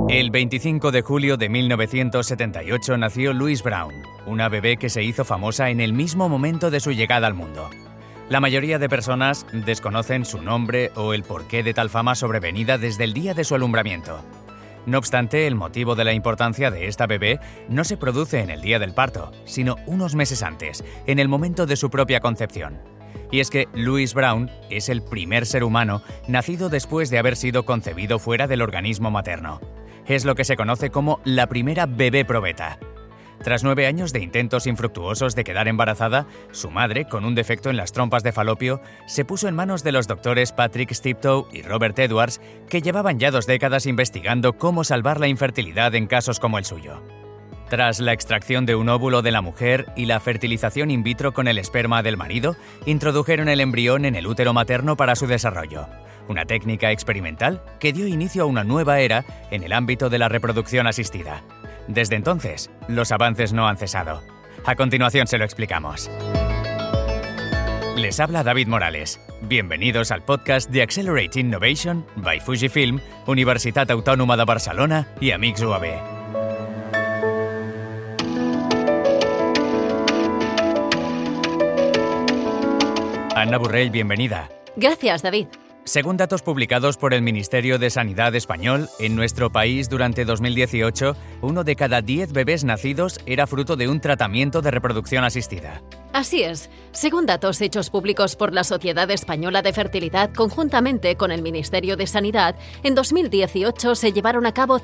El 25 de julio de 1978 nació Louise Brown, una bebé que se hizo famosa en el mismo momento de su llegada al mundo. La mayoría de personas desconocen su nombre o el porqué de tal fama sobrevenida desde el día de su alumbramiento. No obstante, el motivo de la importancia de esta bebé no se produce en el día del parto, sino unos meses antes, en el momento de su propia concepción. Y es que Louise Brown es el primer ser humano nacido después de haber sido concebido fuera del organismo materno. Es lo que se conoce como la primera bebé probeta. Tras 9 años de intentos infructuosos de quedar embarazada, su madre, con un defecto en las trompas de falopio, se puso en manos de los doctores Patrick Steptoe y Robert Edwards, que llevaban ya 2 décadas investigando cómo salvar la infertilidad en casos como el suyo. Tras la extracción de un óvulo de la mujer y la fertilización in vitro con el esperma del marido, introdujeron el embrión en el útero materno para su desarrollo. Una técnica experimental que dio inicio a una nueva era en el ámbito de la reproducción asistida. Desde entonces, los avances no han cesado. A continuación se lo explicamos. Les habla David Morales. Bienvenidos al podcast de Accelerate Innovation by Fujifilm, Universitat Autònoma de Barcelona y Amics UAB. Anna Burrell, bienvenida. Gracias, David. Según datos publicados por el Ministerio de Sanidad español, en nuestro país durante 2018, 1 de cada 10 bebés nacidos era fruto de un tratamiento de reproducción asistida. Así es. Según datos hechos públicos por la Sociedad Española de Fertilidad conjuntamente con el Ministerio de Sanidad, en 2018 se llevaron a cabo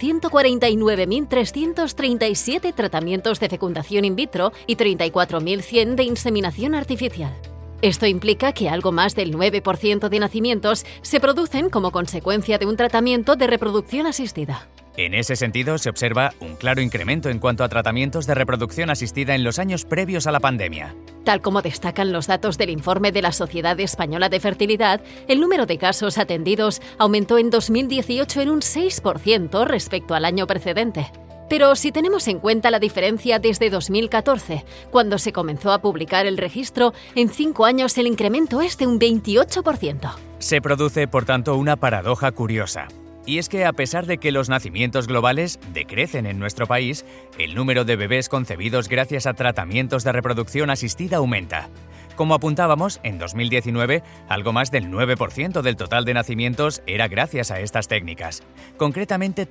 149.337 tratamientos de fecundación in vitro y 34.100 de inseminación artificial. Esto implica que algo más del 9% de nacimientos se producen como consecuencia de un tratamiento de reproducción asistida. En ese sentido, se observa un claro incremento en cuanto a tratamientos de reproducción asistida en los años previos a la pandemia. Tal como destacan los datos del informe de la Sociedad Española de Fertilidad, el número de casos atendidos aumentó en 2018 en un 6% respecto al año precedente. Pero si tenemos en cuenta la diferencia desde 2014, cuando se comenzó a publicar el registro, en 5 años el incremento es de un 28%. Se produce, por tanto, una paradoja curiosa. Y es que a pesar de que los nacimientos globales decrecen en nuestro país, el número de bebés concebidos gracias a tratamientos de reproducción asistida aumenta. Como apuntábamos, en 2019, algo más del 9% del total de nacimientos era gracias a estas técnicas. Concretamente,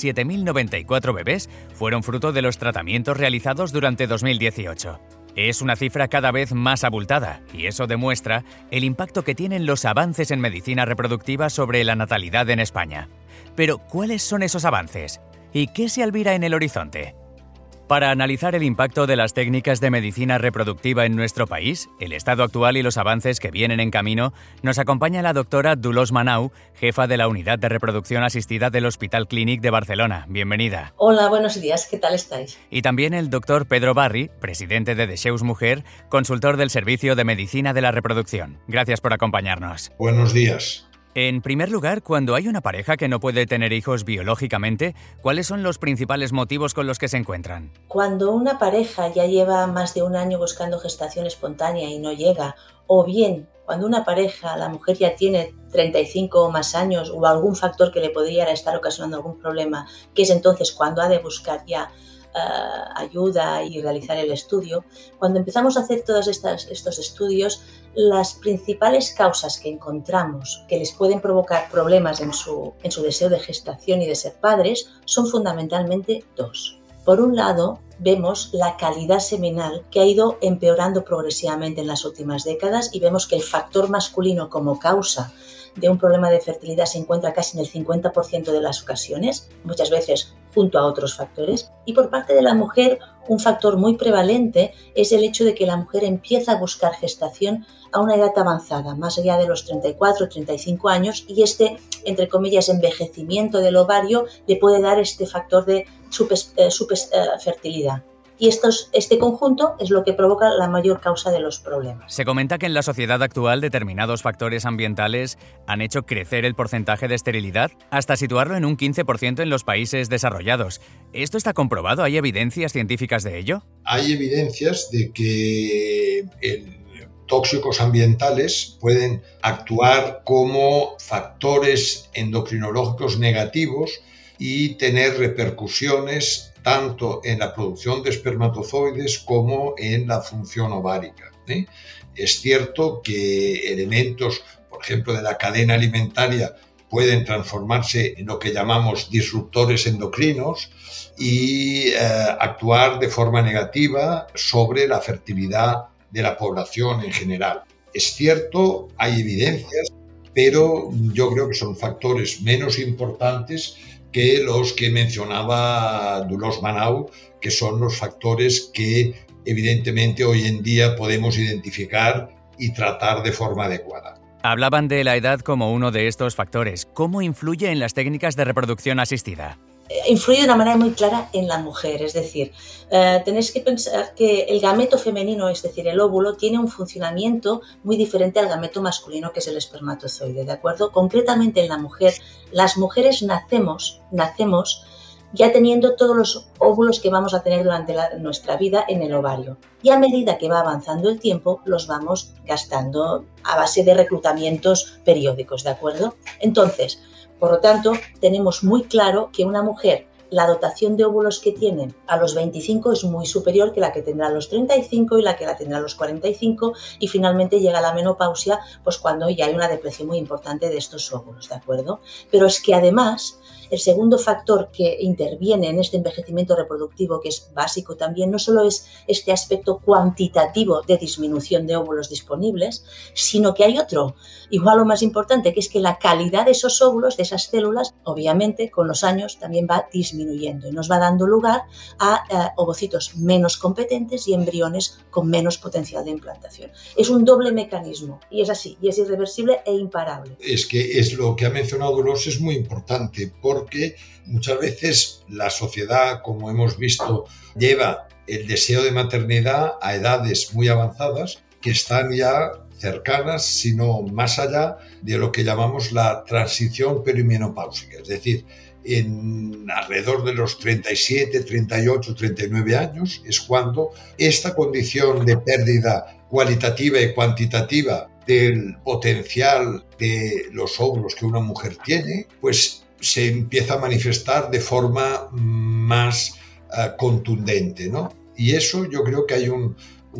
37.094 bebés fueron fruto de los tratamientos realizados durante 2018. Es una cifra cada vez más abultada, y eso demuestra el impacto que tienen los avances en medicina reproductiva sobre la natalidad en España. Pero, ¿cuáles son esos avances? ¿Y qué se albira en el horizonte? Para analizar el impacto de las técnicas de medicina reproductiva en nuestro país, el estado actual y los avances que vienen en camino, nos acompaña la doctora Dolors Manau, jefa de la Unidad de Reproducción Asistida del Hospital Clínic de Barcelona. Bienvenida. Hola, buenos días. ¿Qué tal estáis? Y también el doctor Pedro Barri, presidente de Deseus Mujer, consultor del Servicio de Medicina de la Reproducción. Gracias por acompañarnos. Buenos días. En primer lugar, cuando hay una pareja que no puede tener hijos biológicamente, ¿cuáles son los principales motivos con los que se encuentran? Cuando una pareja ya lleva más de 1 año buscando gestación espontánea y no llega, o bien cuando una pareja, la mujer ya tiene 35 o más años o algún factor que le podría estar ocasionando algún problema, que es entonces cuando ha de buscar ya ayuda y realizar el estudio. Cuando empezamos a hacer todos estos estudios, las principales causas que encontramos que les pueden provocar problemas en su deseo de gestación y de ser padres son fundamentalmente 2. Por un lado, vemos la calidad seminal que ha ido empeorando progresivamente en las últimas décadas y vemos que el factor masculino como causa de un problema de fertilidad se encuentra casi en el 50% de las ocasiones, muchas veces junto a otros factores. Y por parte de la mujer, un factor muy prevalente es el hecho de que la mujer empieza a buscar gestación a una edad avanzada, más allá de los 34 o 35 años, y entre comillas, envejecimiento del ovario le puede dar este factor de fertilidad. Y este conjunto es lo que provoca la mayor causa de los problemas. Se comenta que en la sociedad actual determinados factores ambientales han hecho crecer el porcentaje de esterilidad hasta situarlo en un 15% en los países desarrollados. ¿Esto está comprobado? ¿Hay evidencias científicas de ello? Hay evidencias de que tóxicos ambientales pueden actuar como factores endocrinológicos negativos y tener repercusiones tanto en la producción de espermatozoides como en la función ovárica, ¿eh? Es cierto que elementos, por ejemplo, de la cadena alimentaria pueden transformarse en lo que llamamos disruptores endocrinos y actuar de forma negativa sobre la fertilidad de la población en general. Es cierto, hay evidencias, pero yo creo que son factores menos importantes que los que mencionaba Dolors Manau, que son los factores que evidentemente hoy en día podemos identificar y tratar de forma adecuada. Hablaban de la edad como uno de estos factores. ¿Cómo influye en las técnicas de reproducción asistida? Influye de una manera muy clara en la mujer, es decir, tenéis que pensar que el gameto femenino, es decir, el óvulo, tiene un funcionamiento muy diferente al gameto masculino, que es el espermatozoide, ¿de acuerdo? Concretamente en la mujer, las mujeres nacemos ya teniendo todos los óvulos que vamos a tener durante nuestra vida en el ovario. Y a medida que va avanzando el tiempo, los vamos gastando a base de reclutamientos periódicos, ¿de acuerdo? Entonces, por lo tanto, tenemos muy claro que una mujer, la dotación de óvulos que tiene a los 25 es muy superior que la que tendrá a los 35 y la que la tendrá a los 45, y finalmente llega la menopausia pues cuando ya hay una depresión muy importante de estos óvulos, ¿de acuerdo? Pero es que además el segundo factor que interviene en este envejecimiento reproductivo, que es básico también, no solo es este aspecto cuantitativo de disminución de óvulos disponibles, sino que hay otro, igual o más importante, que es que la calidad de esos óvulos, de esas células, obviamente con los años también va disminuyendo y nos va dando lugar a ovocitos menos competentes y embriones con menos potencial de implantación. Es un doble mecanismo y es así, y es irreversible e imparable. Es que es lo que ha mencionado Dolors, es muy importante porque muchas veces la sociedad, como hemos visto, lleva el deseo de maternidad a edades muy avanzadas que están ya cercanas, sino más allá de lo que llamamos la transición perimenopáusica, es decir, alrededor de los 37, 38, 39 años es cuando esta condición de pérdida cualitativa y cuantitativa del potencial de los óvulos que una mujer tiene, pues se empieza a manifestar de forma más contundente, ¿no? Y eso yo creo que hay un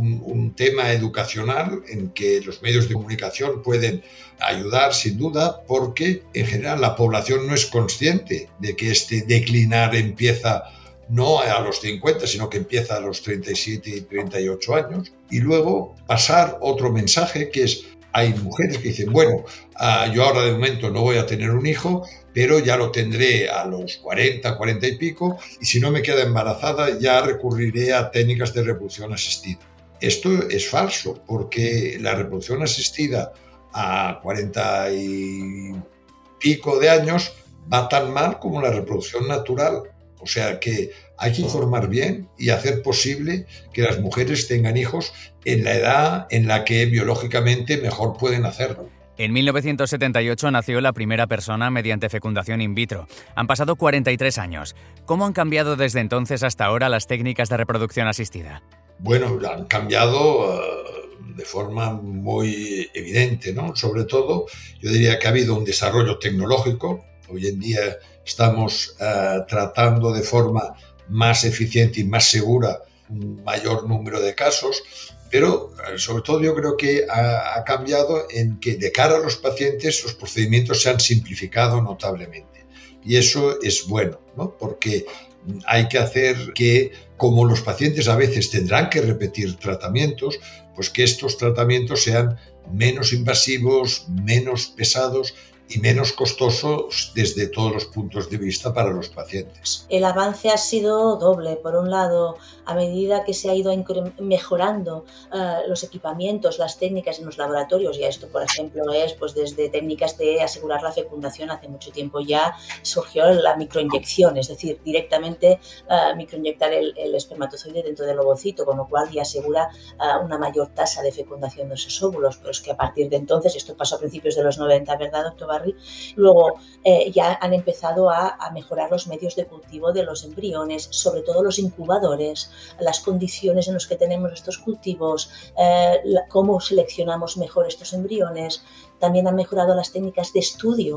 tema educacional en que los medios de comunicación pueden ayudar sin duda, porque en general la población no es consciente de que este declinar empieza no a los 50, sino que empieza a los 37 y 38 años. Y luego pasar otro mensaje que es, hay mujeres que dicen, bueno, yo ahora de momento no voy a tener un hijo, pero ya lo tendré a los 40, 40 y pico, y si no me queda embarazada ya recurriré a técnicas de reproducción asistida. Esto es falso, porque la reproducción asistida a 40 y pico de años va tan mal como la reproducción natural. O sea que hay que informar bien y hacer posible que las mujeres tengan hijos en la edad en la que biológicamente mejor pueden hacerlo. En 1978 nació la primera persona mediante fecundación in vitro. Han pasado 43 años. ¿Cómo han cambiado desde entonces hasta ahora las técnicas de reproducción asistida? Bueno, han cambiado de forma muy evidente, ¿no? Sobre todo, yo diría que ha habido un desarrollo tecnológico. Hoy en día estamos tratando de forma más eficiente y más segura un mayor número de casos, pero sobre todo yo creo que ha cambiado en que de cara a los pacientes los procedimientos se han simplificado notablemente. Y eso es bueno, ¿no? Porque hay que hacer que, como los pacientes a veces tendrán que repetir tratamientos, pues que estos tratamientos sean menos invasivos, menos pesados y menos costosos desde todos los puntos de vista para los pacientes. El avance ha sido doble. Por un lado, a medida que se ha ido mejorando los equipamientos, las técnicas en los laboratorios, y esto, por ejemplo, es pues desde técnicas de asegurar la fecundación. Hace mucho tiempo ya surgió la microinyección, es decir, directamente microinyectar el espermatozoide dentro del ovocito, con lo cual ya asegura una mayor tasa de fecundación de esos óvulos. Pero es que a partir de entonces, esto pasó a principios de los 90, ¿verdad, doctor Barry? Luego ya han empezado a mejorar los medios de cultivo de los embriones, sobre todo los incubadores, las condiciones en las que tenemos estos cultivos, cómo seleccionamos mejor estos embriones. También han mejorado las técnicas de estudio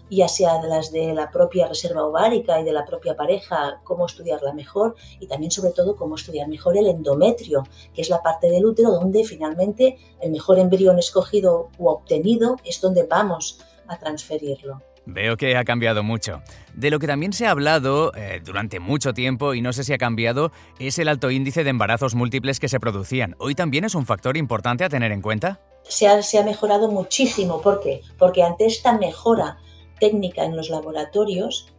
ya sea de las de la propia reserva ovárica y de la propia pareja, cómo estudiarla mejor y también sobre todo cómo estudiar mejor el endometrio, que es la parte del útero donde finalmente el mejor embrión escogido u obtenido es donde vamos a transferirlo. Veo que ha cambiado mucho. De lo que también se ha hablado durante mucho tiempo, y no sé si ha cambiado, es el alto índice de embarazos múltiples que se producían. ¿Hoy también es un factor importante a tener en cuenta? Se ha mejorado muchísimo. ¿Por qué? Porque ante esta mejora técnica en los laboratorios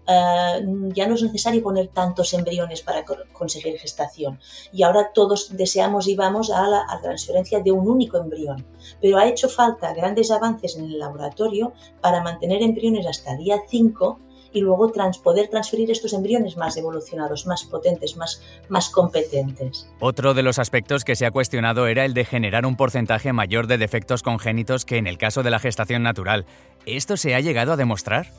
ya no es necesario poner tantos embriones para conseguir gestación y ahora todos deseamos y vamos a la transferencia de un único embrión, pero ha hecho falta grandes avances en el laboratorio para mantener embriones hasta día 5 y luego poder transferir estos embriones más evolucionados, más potentes, más competentes. Otro de los aspectos que se ha cuestionado era el de generar un porcentaje mayor de defectos congénitos que en el caso de la gestación natural. ¿Esto se ha llegado a demostrar?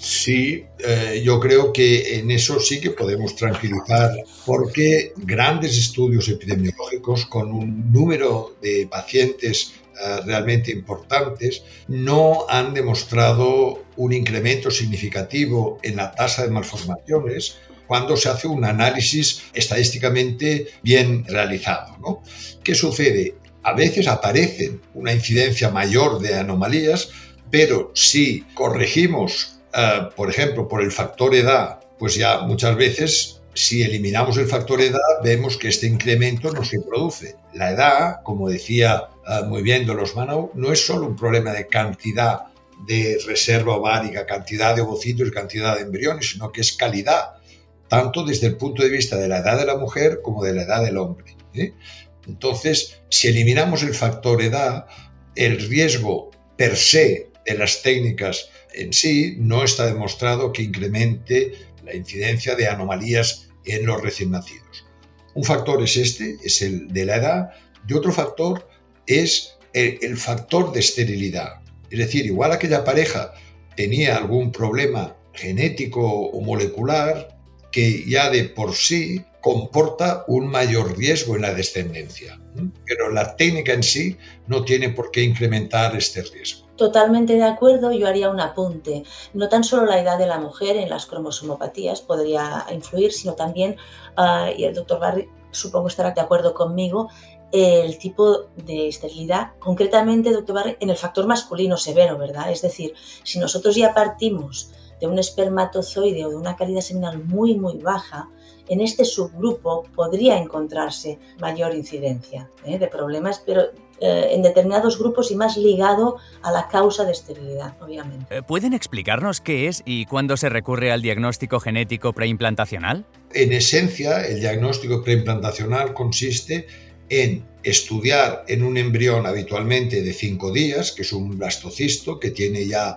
Sí, yo creo que en eso sí que podemos tranquilizar, porque grandes estudios epidemiológicos con un número de pacientes realmente importantes no han demostrado un incremento significativo en la tasa de malformaciones cuando se hace un análisis estadísticamente bien realizado, ¿no? ¿Qué sucede? A veces aparece una incidencia mayor de anomalías, pero si corregimos, por ejemplo, por el factor edad, pues ya muchas veces, si eliminamos el factor edad, vemos que este incremento no se produce. La edad, como decía muy bien Dolores Manau, no es solo un problema de cantidad de reserva ovárica, cantidad de ovocitos y cantidad de embriones, sino que es calidad, tanto desde el punto de vista de la edad de la mujer como de la edad del hombre, ¿eh? Entonces, si eliminamos el factor edad, el riesgo per se de las técnicas en sí no está demostrado que incremente la incidencia de anomalías en los recién nacidos. Un factor es es el de la edad, y otro factor es el factor de esterilidad. Es decir, igual aquella pareja tenía algún problema genético o molecular que ya de por sí comporta un mayor riesgo en la descendencia, pero la técnica en sí no tiene por qué incrementar este riesgo. Totalmente de acuerdo, yo haría un apunte. No tan solo la edad de la mujer en las cromosomopatías podría influir, sino también, y el doctor Barry supongo estará de acuerdo conmigo, el tipo de esterilidad, concretamente, doctor Barry, en el factor masculino severo, ¿verdad? Es decir, si nosotros ya partimos de un espermatozoide o de una calidad seminal muy, muy baja, en este subgrupo podría encontrarse mayor incidencia de problemas, pero en determinados grupos y más ligado a la causa de esterilidad, obviamente. ¿Pueden explicarnos qué es y cuándo se recurre al diagnóstico genético preimplantacional? En esencia, el diagnóstico preimplantacional consiste en estudiar en un embrión habitualmente de 5 días, que es un blastocisto que tiene ya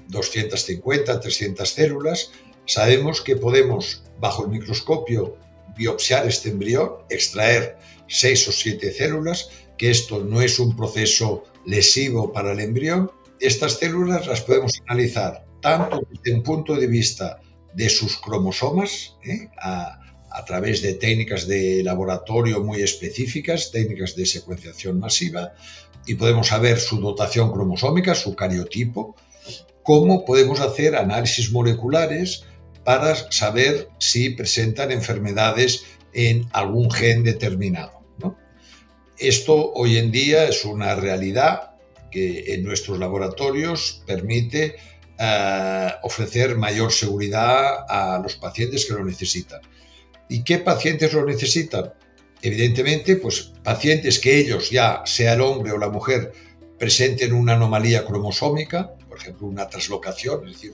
250, 300 células. Sabemos que podemos, bajo el microscopio, biopsiar este embrión, extraer 6 o 7 células, que esto no es un proceso lesivo para el embrión. Estas células las podemos analizar tanto desde un punto de vista de sus cromosomas, a través de técnicas de laboratorio muy específicas, técnicas de secuenciación masiva, y podemos saber su dotación cromosómica, su cariotipo, como podemos hacer análisis moleculares para saber si presentan enfermedades en algún gen determinado, ¿no? Esto hoy en día es una realidad que en nuestros laboratorios permite ofrecer mayor seguridad a los pacientes que lo necesitan. ¿Y qué pacientes lo necesitan? Evidentemente, pues pacientes que ellos, ya sea el hombre o la mujer, presenten una anomalía cromosómica, por ejemplo, una translocación, es decir,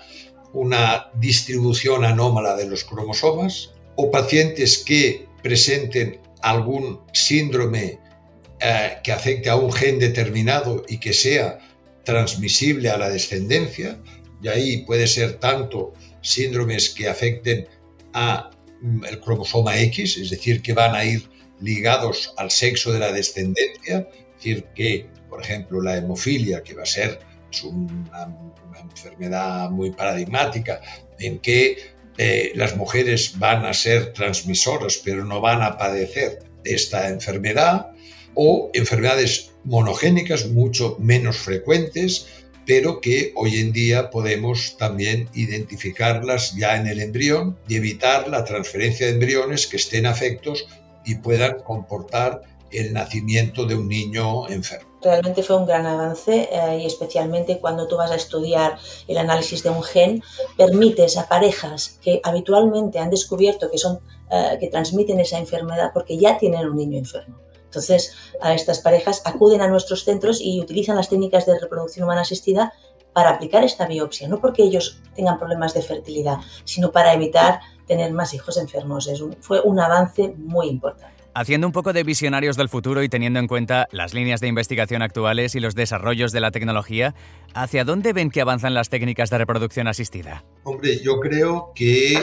una distribución anómala de los cromosomas, o pacientes que presenten algún síndrome que afecte a un gen determinado y que sea transmisible a la descendencia, y ahí puede ser tanto síndromes que afecten a el cromosoma X, es decir, que van a ir ligados al sexo de la descendencia, es decir, que, por ejemplo, la hemofilia, que va a ser una enfermedad muy paradigmática, en que las mujeres van a ser transmisoras, pero no van a padecer esta enfermedad, o enfermedades monogénicas mucho menos frecuentes, pero que hoy en día podemos también identificarlas ya en el embrión y evitar la transferencia de embriones que estén afectos y puedan comportar el nacimiento de un niño enfermo. Realmente fue un gran avance y especialmente cuando tú vas a estudiar el análisis de un gen, permites a parejas que habitualmente han descubierto que transmiten esa enfermedad porque ya tienen un niño enfermo. Entonces, a estas parejas acuden a nuestros centros y utilizan las técnicas de reproducción humana asistida para aplicar esta biopsia, no porque ellos tengan problemas de fertilidad, sino para evitar tener más hijos enfermos. Fue un avance muy importante. Haciendo un poco de visionarios del futuro y teniendo en cuenta las líneas de investigación actuales y los desarrollos de la tecnología, ¿hacia dónde ven que avanzan las técnicas de reproducción asistida? Hombre, yo creo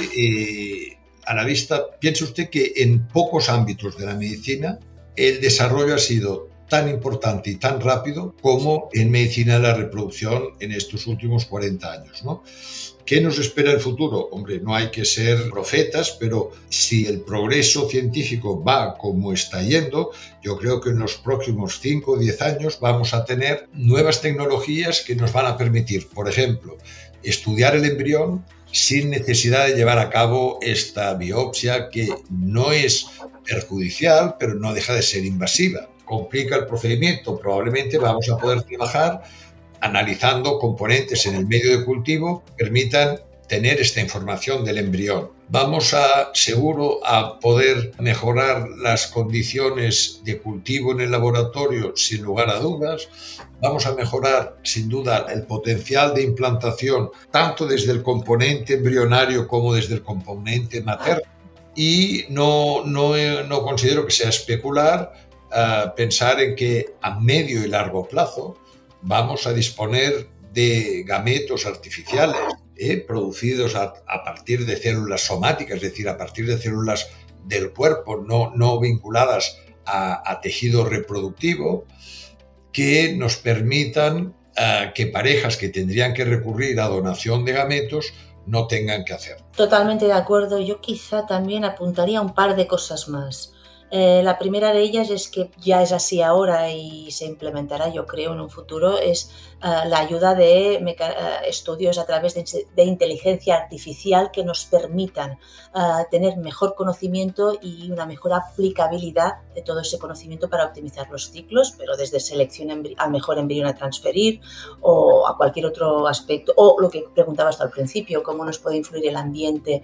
que a la vista, piense usted que en pocos ámbitos de la medicina el desarrollo ha sido tan importante y tan rápido como en medicina de la reproducción en estos últimos 40 años, ¿no? ¿Qué nos espera el futuro? Hombre, no hay que ser profetas, pero si el progreso científico va como está yendo, yo creo que en los próximos 5 o 10 años vamos a tener nuevas tecnologías que nos van a permitir, por ejemplo, estudiar el embrión sin necesidad de llevar a cabo esta biopsia que no es perjudicial, pero no deja de ser invasiva. Complica el procedimiento. Probablemente vamos a poder trabajar analizando componentes en el medio de cultivo que permitan tener esta información del embrión. Vamos seguro a poder mejorar las condiciones de cultivo en el laboratorio sin lugar a dudas. Vamos a mejorar sin duda el potencial de implantación tanto desde el componente embrionario como desde el componente materno. Y no considero que sea especular pensar en que a medio y largo plazo vamos a disponer de gametos artificiales producidos a partir de células somáticas, es decir, a partir de células del cuerpo, no vinculadas a tejido reproductivo, que nos permitan que parejas que tendrían que recurrir a donación de gametos no tengan que hacer. Totalmente de acuerdo. Yo quizá también apuntaría un par de cosas más. La primera de ellas es que ya es así ahora y se implementará, yo creo, en un futuro, es la ayuda de estudios a través de inteligencia artificial que nos permitan tener mejor conocimiento y una mejor aplicabilidad de todo ese conocimiento para optimizar los ciclos, pero desde selección al mejor embrión a transferir o a cualquier otro aspecto, o lo que preguntaba hasta al principio, cómo nos puede influir el ambiente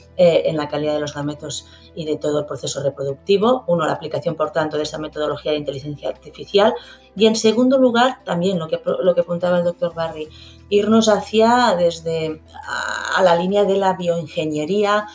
en la calidad de los gametos y de todo el proceso reproductivo. Uno, la aplicación, por tanto, de esa metodología de inteligencia artificial. Y, en segundo lugar, también lo que apuntaba el doctor Barry, irnos desde a la línea de la bioingeniería,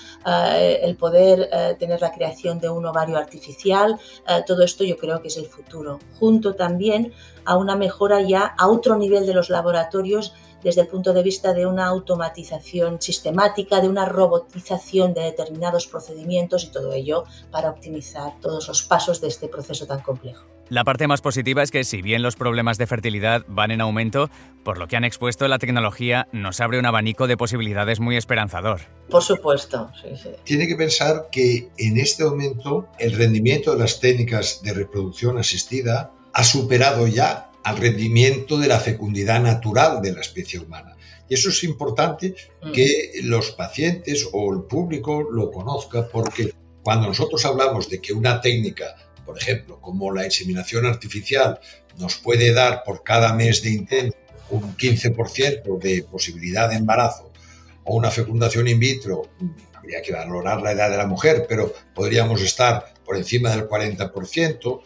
el poder tener la creación de un ovario artificial. Todo esto yo creo que es el futuro. Junto también a una mejora ya a otro nivel de los laboratorios desde el punto de vista de una automatización sistemática, de una robotización de determinados procedimientos y todo ello para optimizar todos los pasos de este proceso tan complejo. La parte más positiva es que si bien los problemas de fertilidad van en aumento, por lo que han expuesto, la tecnología nos abre un abanico de posibilidades muy esperanzador. Por supuesto, sí. Tiene que pensar que en este momento el rendimiento de las técnicas de reproducción asistida ha superado ya al rendimiento de la fecundidad natural de la especie humana. Y eso es importante que los pacientes o el público lo conozca, porque cuando nosotros hablamos de que una técnica, por ejemplo, como la inseminación artificial, nos puede dar por cada mes de intento un 15% de posibilidad de embarazo, o una fecundación in vitro, habría que valorar la edad de la mujer, pero podríamos estar por encima del 40%,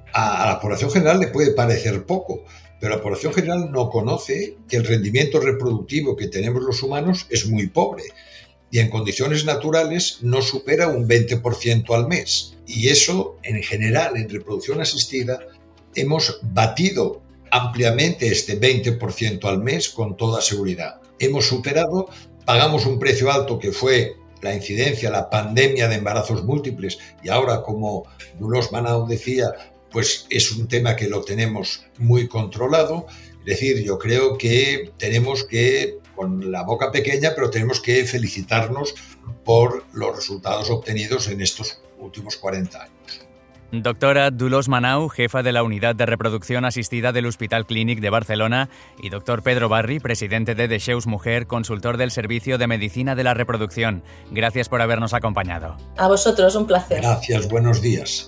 a la población general le puede parecer poco, pero la población general no conoce que el rendimiento reproductivo que tenemos los humanos es muy pobre y en condiciones naturales no supera un 20% al mes. Y eso, en general, en reproducción asistida, hemos batido ampliamente este 20% al mes con toda seguridad. Hemos superado, pagamos un precio alto que fue la incidencia, la pandemia de embarazos múltiples, y ahora, como Dolors Manau decía, pues es un tema que lo tenemos muy controlado. Es decir, yo creo que tenemos que, con la boca pequeña, pero tenemos que felicitarnos por los resultados obtenidos en estos últimos 40 años. Doctora Dolors Manau, jefa de la Unidad de Reproducción Asistida del Hospital Clínic de Barcelona, y doctor Pedro Barri, presidente de Dexeus Mujer, consultor del Servicio de Medicina de la Reproducción. Gracias por habernos acompañado. A vosotros, un placer. Gracias, buenos días.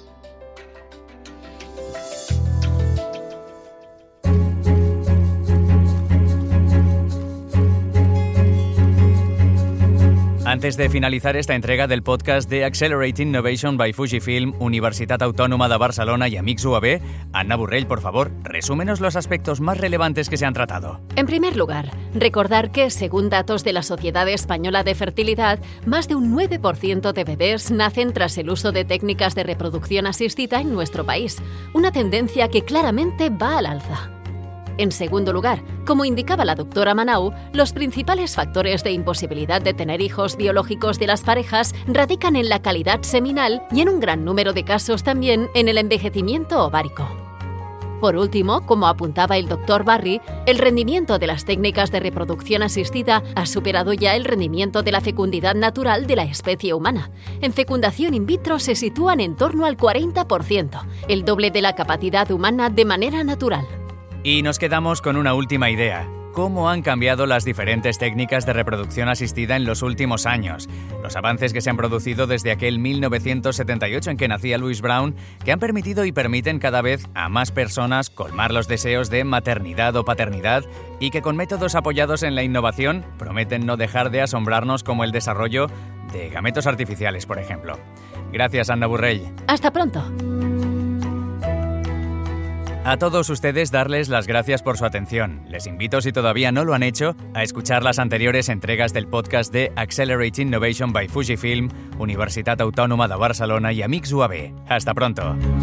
Antes de finalizar esta entrega del podcast de Accelerating Innovation by Fujifilm, Universitat Autònoma de Barcelona y Amics UAB, Anna Burrell, por favor, resúmenos los aspectos más relevantes que se han tratado. En primer lugar, recordar que, según datos de la Sociedad Española de Fertilidad, más de un 9% de bebés nacen tras el uso de técnicas de reproducción asistida en nuestro país, una tendencia que claramente va al alza. En segundo lugar, como indicaba la doctora Manau, los principales factores de imposibilidad de tener hijos biológicos de las parejas radican en la calidad seminal y en un gran número de casos también en el envejecimiento ovárico. Por último, como apuntaba el doctor Barri, el rendimiento de las técnicas de reproducción asistida ha superado ya el rendimiento de la fecundidad natural de la especie humana. En fecundación in vitro se sitúan en torno al 40%, el doble de la capacidad humana de manera natural. Y nos quedamos con una última idea. ¿Cómo han cambiado las diferentes técnicas de reproducción asistida en los últimos años? Los avances que se han producido desde aquel 1978 en que nacía Louise Brown, que han permitido y permiten cada vez a más personas colmar los deseos de maternidad o paternidad y que con métodos apoyados en la innovación prometen no dejar de asombrarnos, como el desarrollo de gametos artificiales, por ejemplo. Gracias, Anna Burrell. Hasta pronto. A todos ustedes darles las gracias por su atención. Les invito, si todavía no lo han hecho, a escuchar las anteriores entregas del podcast de Accelerating Innovation by Fujifilm, Universitat Autònoma de Barcelona y Amics UAB. Hasta pronto.